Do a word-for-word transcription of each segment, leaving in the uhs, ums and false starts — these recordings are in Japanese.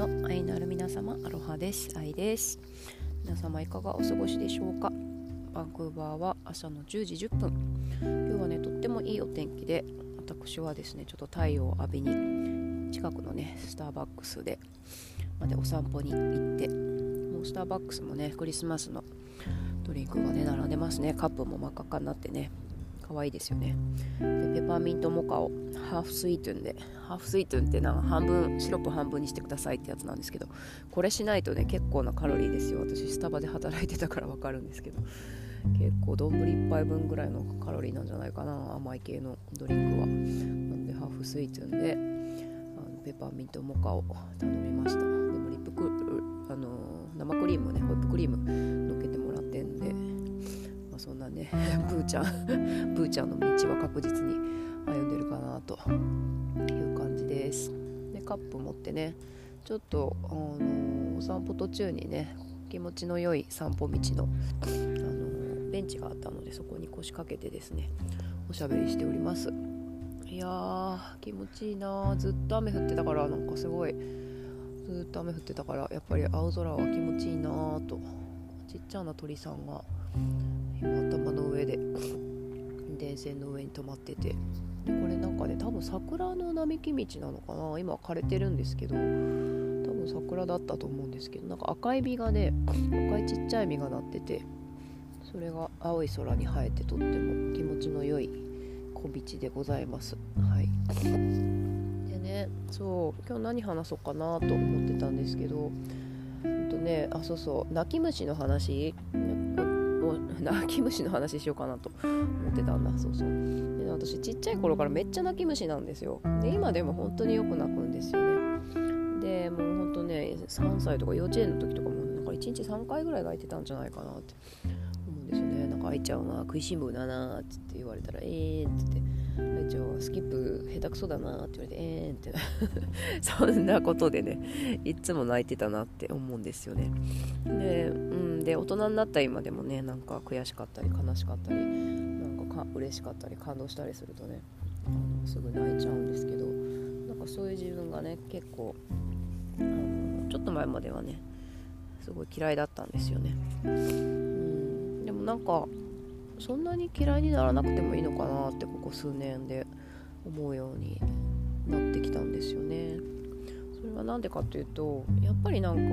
の愛のある皆様、アロハです。愛です。皆様いかがお過ごしでしょうか。バンクーバーは朝のじゅうじじゅっぷん。今日はねとってもいいお天気で、私はですねちょっと太陽を浴びに近くのねスターバックスでまでお散歩に行って、もうスターバックスもねクリスマスのドリンクがね並んでますね。カップも真っ赤っかになってね可愛いですよね。でペパーミントモカをハーフスイートンで、ハーフスイートンってなんか半分シロップ半分にしてくださいってやつなんですけど、これしないとね結構なカロリーですよ。私スタバで働いてたから分かるんですけど、結構丼一杯分ぐらいのカロリーなんじゃないかな、甘い系のドリンクは。なんでハーフスイートンであのペパーミントモカを頼みました。でもリップクあの生クリームねホイップクリームのっけてもらってんで、まあ、そんなねブーちゃんブーちゃんの道は確実に歩んでるかなという感じです。でカップ持ってねちょっとあのお散歩途中にね気持ちの良い散歩道の、あのベンチがあったので、そこに腰掛けてですねおしゃべりしております。いやー気持ちいいな。ずっと雨降ってたから、なんかすごいずっと雨降ってたからやっぱり青空は気持ちいいなと。ちっちゃな鳥さんが今頭の上で電線の上に止まってて、でこれなんかね多分桜の並木道なのかな。今枯れてるんですけど多分桜だったと思うんですけど、なんか赤い実がね赤いちっちゃい実がなってて、それが青い空に生えてとっても気持ちの良い小道でございます。はいでね、そう今日何話そうかなと思ってたんですけど、ほんとねあそうそう泣き虫の話泣き虫の話しようかなと思ってたんだ。そうそうで、私ちっちゃい頃からめっちゃ泣き虫なんですよ。で今でも本当によく泣くんですよね。でもう本当ねさんさいとか幼稚園の時とかもなんかいちにちさんかいぐらい泣いてたんじゃないかなって思うんですよね。なんか愛ちゃんは食いしん坊だなって言われたらえーんって言って、愛ちゃんはスキップ下手くそだなって言われてえーんってそんなことでねいつも泣いてたなって思うんですよね。で、うん、で大人になった今でもねなんか悔しかったり悲しかったりなんかか嬉しかったり感動したりするとねあのすぐ泣いちゃうんですけど、なんかそういう自分がね結構あのちょっと前まではねすごい嫌いだったんですよね。うん、でもなんかそんなに嫌いにならなくてもいいのかなってここ数年で思うようになってきたんですよね。それはなんでかというとやっぱりなんか、うん、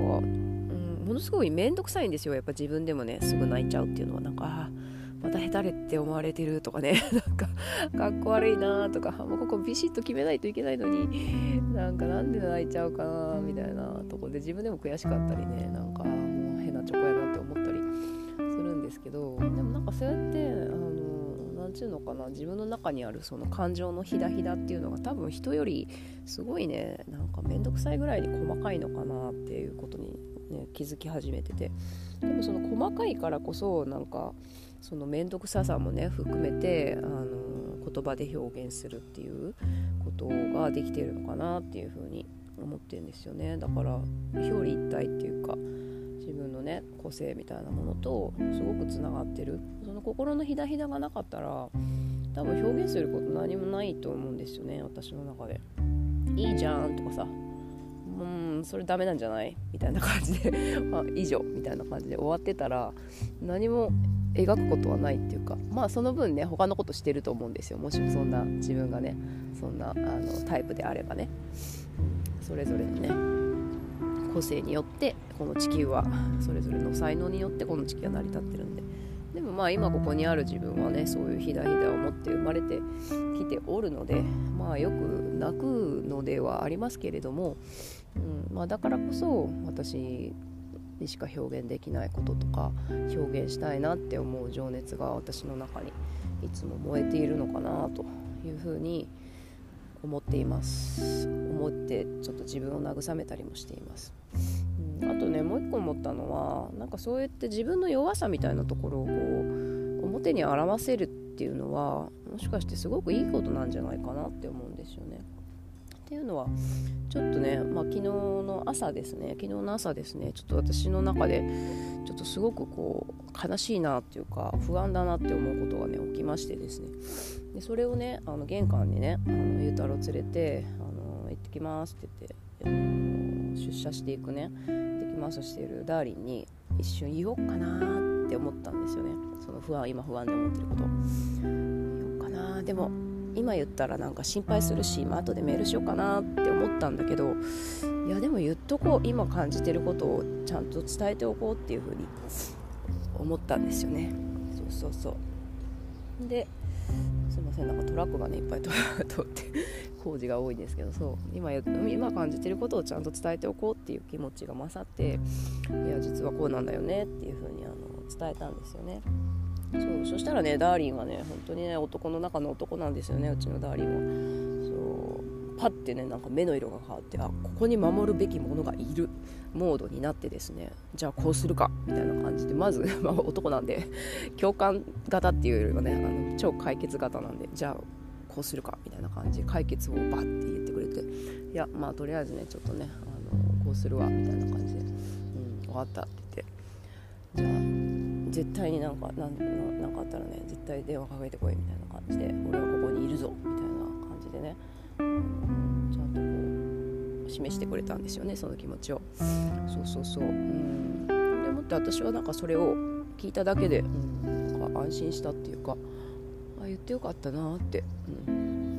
ものすごいめんどくさいんですよ。やっぱ自分でもねすぐ泣いちゃうっていうのはなんかあまた下手れって思われてるとかねなんかかっこ悪いなとか、もうここビシッと決めないといけないのになんかなんで泣いちゃうかなみたいなとこで自分でも悔しかったりね、なんかもう変なチョコやなって思ったりするんですけど、でもなんかそうやってあのなんちゅうのかな、自分の中にあるその感情のひだひだっていうのが多分人よりすごいねなんかめんどくさいぐらいに細かいのかなっていうことに、ね、気づき始めてて、でもその細かいからこそなんかそのめんどくささもね含めてあの言葉で表現するっていうことができているのかなっていうふうに思ってるんですよね。だから表裏一体っていうか自分のね個性みたいなものとすごくつながってる。その心のひだひだがなかったら多分表現すること何もないと思うんですよね、私の中で。いいじゃんとかさ、うーんそれダメなんじゃないみたいな感じであ以上みたいな感じで終わってたら何も描くことはないっていうか、まあその分ね他のことしてると思うんですよ。もしそんな自分がねそんなあのタイプであればね、それぞれのね個性によってこの地球はそれぞれの才能によってこの地球は成り立ってるんで、でもまあ今ここにある自分はねそういうひだひだを持って生まれてきておるので、まあよく泣くのではありますけれども、うんまあ、だからこそ私にしか表現できないこととか表現したいなって思う情熱が私の中にいつも燃えているのかなというふうに思っています。思ってちょっと自分を慰めたりもしています。うん、あとねもう一個思ったのはなんかそうやって自分の弱さみたいなところをこう表に表せるっていうのはもしかしてすごくいいことなんじゃないかなって思うんですよね。っていうのはちょっとね、まあ、昨日の朝ですね昨日の朝ですねちょっと私の中でちょっとすごくこう悲しいなっていうか不安だなって思うことがね起きましてですね、でそれをねあの玄関にねあのゆうたろう連れてあの行ってきますって言って出社していくねできますしているダーリンに一瞬言おうかなって思ったんですよね。その不安今不安で思ってること言おうかな、でも今言ったらなんか心配するし、まあ後でメールしようかなって思ったんだけど、いやでも言っとこう、今感じてることをちゃんと伝えておこうっていう風に思ったんですよね。そうそうそうですいません、なんかトラックがねいっぱい通って工事が多いですけど、そう 今, 今感じてることをちゃんと伝えておこうっていう気持ちが勝って、いや実はこうなんだよねっていう風にあの伝えたんですよね。そうそしたらね、ダーリンはね本当にね男の中の男なんですよね、うちのダーリンは。そうパッてねなんか目の色が変わって、あここに守るべきものがいるモードになってですね、じゃあこうするかみたいな感じで、まず、まあ、男なんで共感型っていうよりはねあの超解決型なんで、じゃあこうするかみたいな感じで解決をバッて言ってくれて、いやまあとりあえずねちょっとねあのこうするわみたいな感じで、うん、分かったって言って、じゃあ絶対になんかなんなんかあったらね絶対電話かけてこいみたいな感じで、俺はここにいるぞみたいな感じでね、うん、ちゃんとこう示してくれたんですよね、その気持ちを。そうそうそう、うん、でもって私はなんかそれを聞いただけで、うん、なんか安心したっていうか、あ言ってよかったなって、うん、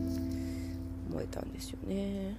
思えたんですよね。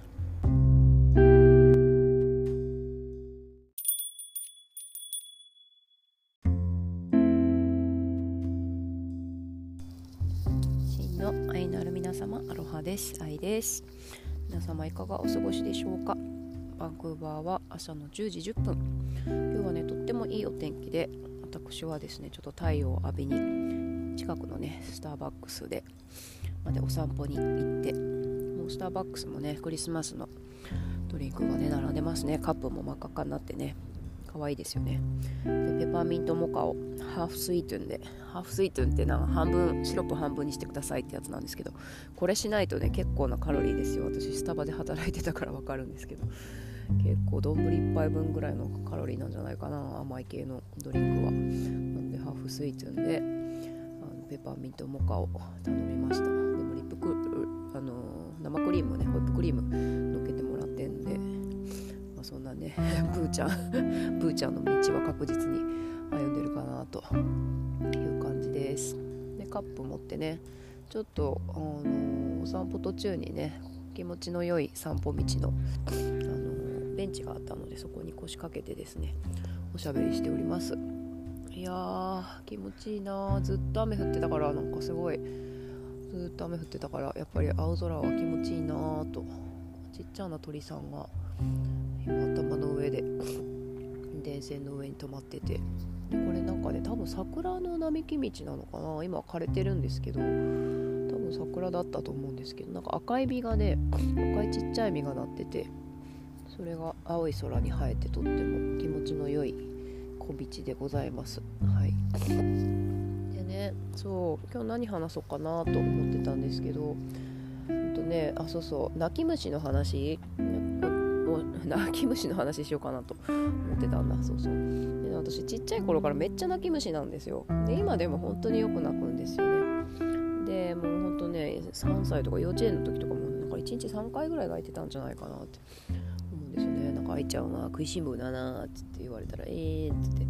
真の愛のある皆様、アロハです。愛です。皆様いかがお過ごしでしょうか。バンクーバーは朝のじゅうじじゅっぷん、今日はねとってもいいお天気で、私はですねちょっと太陽を浴びに近くのねスターバックスでまでお散歩に行って、もうスターバックスもねクリスマスのドリンクがね並んでますね。カップも真っ赤っかになってね可愛いですよね。でペパーミントモカをハーフスイートンで、ハーフスイートンってなんか半分シロップ半分にしてくださいってやつなんですけど、これしないとね結構なカロリーですよ。私スタバで働いてたから分かるんですけど、結構丼一杯分ぐらいのカロリーなんじゃないかな、甘い系のドリンクは。なんでハーフスイートンであのペパーミントモカを頼みました。でもリップクあの生クリームをねホイップクリームのっけてもらってんで、まあ、そんなねブーちゃんブーちゃんの道は確実に歩んでるかなという感じです。でカップ持ってねちょっとあのお散歩途中にね気持ちの良い散歩道の、あのベンチがあったので、そこに腰掛けてですねおしゃべりしております。いやー気持ちいいな。ずっと雨降ってたから、なんかすごいずっと雨降ってたからやっぱり青空は気持ちいいなと。ちっちゃな鳥さんが今頭の上で電線の上に止まってて、でこれなんかね多分桜の並木道なのかな、今枯れてるんですけど多分桜だったと思うんですけど、なんか赤い実がね赤いちっちゃい実がなってて、それが青い空に生えてとっても気持ちの良い小道でございます。はい。でね、そう今日何話そうかなと思ってたんですけど、ほんとね、あそうそう泣き虫の話泣き虫の話しようかなと思ってたんだ。そうそうで、ね、私ちっちゃい頃からめっちゃ泣き虫なんですよ。で今でも本当によく泣くんですよね。でもう本当ねさんさいとか幼稚園の時とかもなんかいちにちさんかいぐらい泣いてたんじゃないかなって思うんですよね。なんか愛ちゃんは食いしん坊だなって言われたらえーって言って、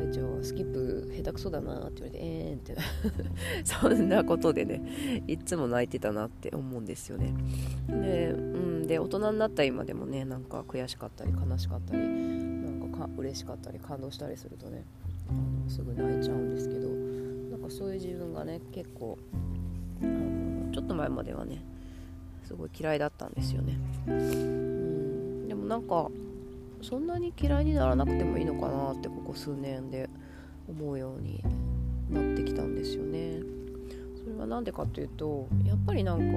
愛ちゃんはスキップ下手くそだなって言われてえーってそんなことでねいつも泣いてたなって思うんですよね。で、うん、で大人になった今でもねなんか悔しかったり悲しかったりなんかか嬉しかったり感動したりするとねあのすぐ泣いちゃうんですけど、なんかそういう自分がね結構あのちょっと前まではねすごい嫌いだったんですよね。うんでもなんかそんなに嫌いにならなくてもいいのかなってここ数年で思うようになってきたんですよね。それはなんでかというとやっぱりなんか、うん、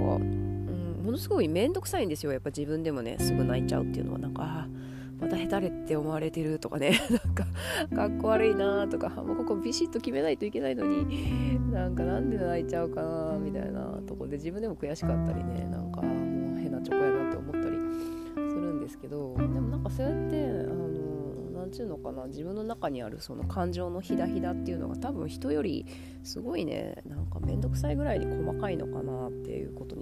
ものすごいめんどくさいんですよ。やっぱ自分でもねすぐ泣いちゃうっていうのはなんかあまたヘタレって思われてるとかねなんかかっこ悪いなとかもうここビシッと決めないといけないのになんかなんで泣いちゃうかなみたいなところで自分でも悔しかったりね、なんかもう変なチョコやなって思ったりするんですけど、でもなんかそうやってあのなんちゅうのかな、自分の中にあるその感情のひだひだっていうのが多分人よりすごいねなんかめんどくさいぐらいに細かいのかなっていうことに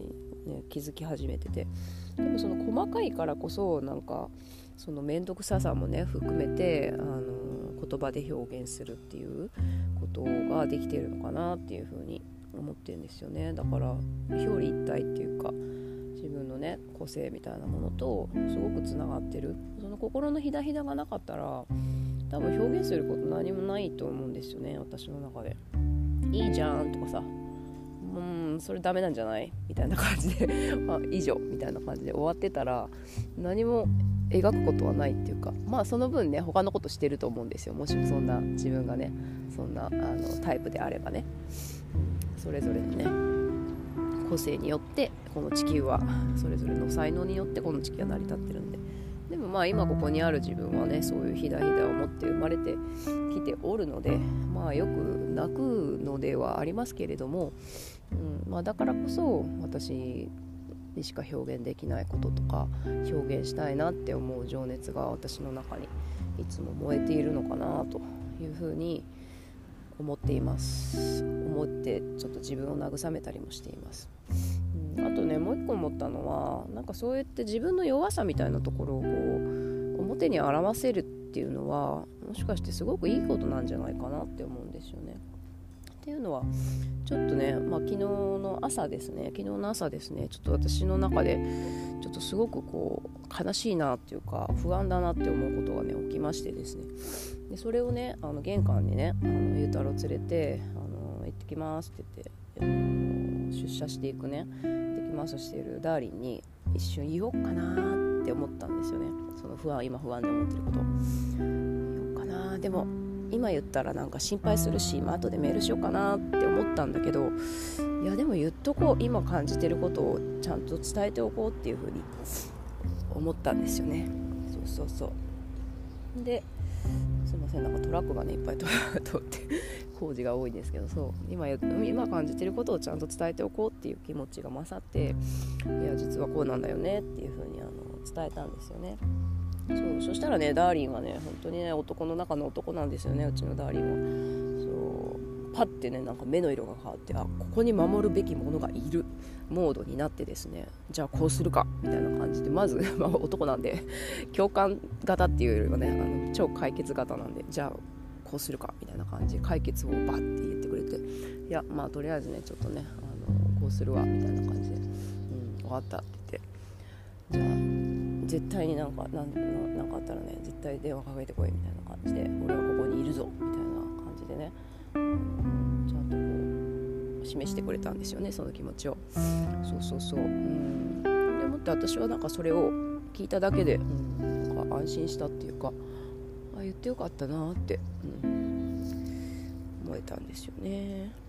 ね、気づき始めてて、でもその細かいからこそなんかその面倒くささもね含めてあの言葉で表現するっていうことができているのかなっていうふうに思ってるんですよね。だから表裏一体っていうか、自分のね個性みたいなものとすごくつながってる。その心のひだひだがなかったら多分表現すること何もないと思うんですよね、私の中で。いいじゃんとかさ、うーんそれダメなんじゃないみたいな感じであ以上みたいな感じで終わってたら何も描くことはないっていうか、まあその分ね他のことしてると思うんですよ。もしもそんな自分がねそんなあのタイプであればね、それぞれのね個性によってこの地球は、それぞれの才能によってこの地球は成り立ってるんで、でもまあ今ここにある自分はねそういうひだひだを持って生まれてきておるので、まあよく泣くのではありますけれども、うんまあ、だからこそ私にしか表現できないこととか表現したいなって思う情熱が私の中にいつも燃えているのかなというふうに思っています。思ってちょっと自分を慰めたりもしています。うん、あとねもう一個思ったのは、なんかそうやって自分の弱さみたいなところをこう表に表せるっていうのはもしかしてすごくいいことなんじゃないかなって思うんですよね。っていうのはちょっとね、まあ、昨日の朝ですね昨日の朝ですねちょっと私の中でちょっとすごくこう悲しいなっていうか不安だなって思うことがね起きましてですね、でそれをねあの玄関にねあのゆうたろう連れてあの行ってきますって言ってあの出社していくね行ってきますしているダーリンに一瞬言おうかなって思ったんですよね。その不安今不安で思ってること言おうかな、でも今言ったらなんか心配するし、まあ後でメールしようかなって思ったんだけど、いやでも言っとこう、今感じてることをちゃんと伝えておこうっていう風に思ったんですよね。そうそうそうですいません、なんかトラックがねいっぱい通って工事が多いんですけど、そう 今, 今感じてることをちゃんと伝えておこうっていう気持ちが勝って、いや実はこうなんだよねっていう風にあの伝えたんですよね。そう、そしたらねダーリンはね本当にね男の中の男なんですよね、うちのダーリンは。そうパッてねなんか目の色が変わって、あここに守るべきものがいるモードになってですね、じゃあこうするかみたいな感じで、まず、まあ、男なんで共感型っていうよりはねあの超解決型なんで、じゃあこうするかみたいな感じで解決をバッて言ってくれて、いやまあとりあえずねちょっとねあのこうするわみたいな感じで、うん、分かったって言って、じゃあ絶対になんかなんなんかあったらね絶対電話かけてこいみたいな感じで、俺はここにいるぞみたいな感じでね、うん、ちゃんとこう示してくれたんですよね、その気持ちを。そうそうそう、うん、でもって私はなんかそれを聞いただけで、うん、なんか安心したっていうか、あ言ってよかったなって、うん、思えたんですよね。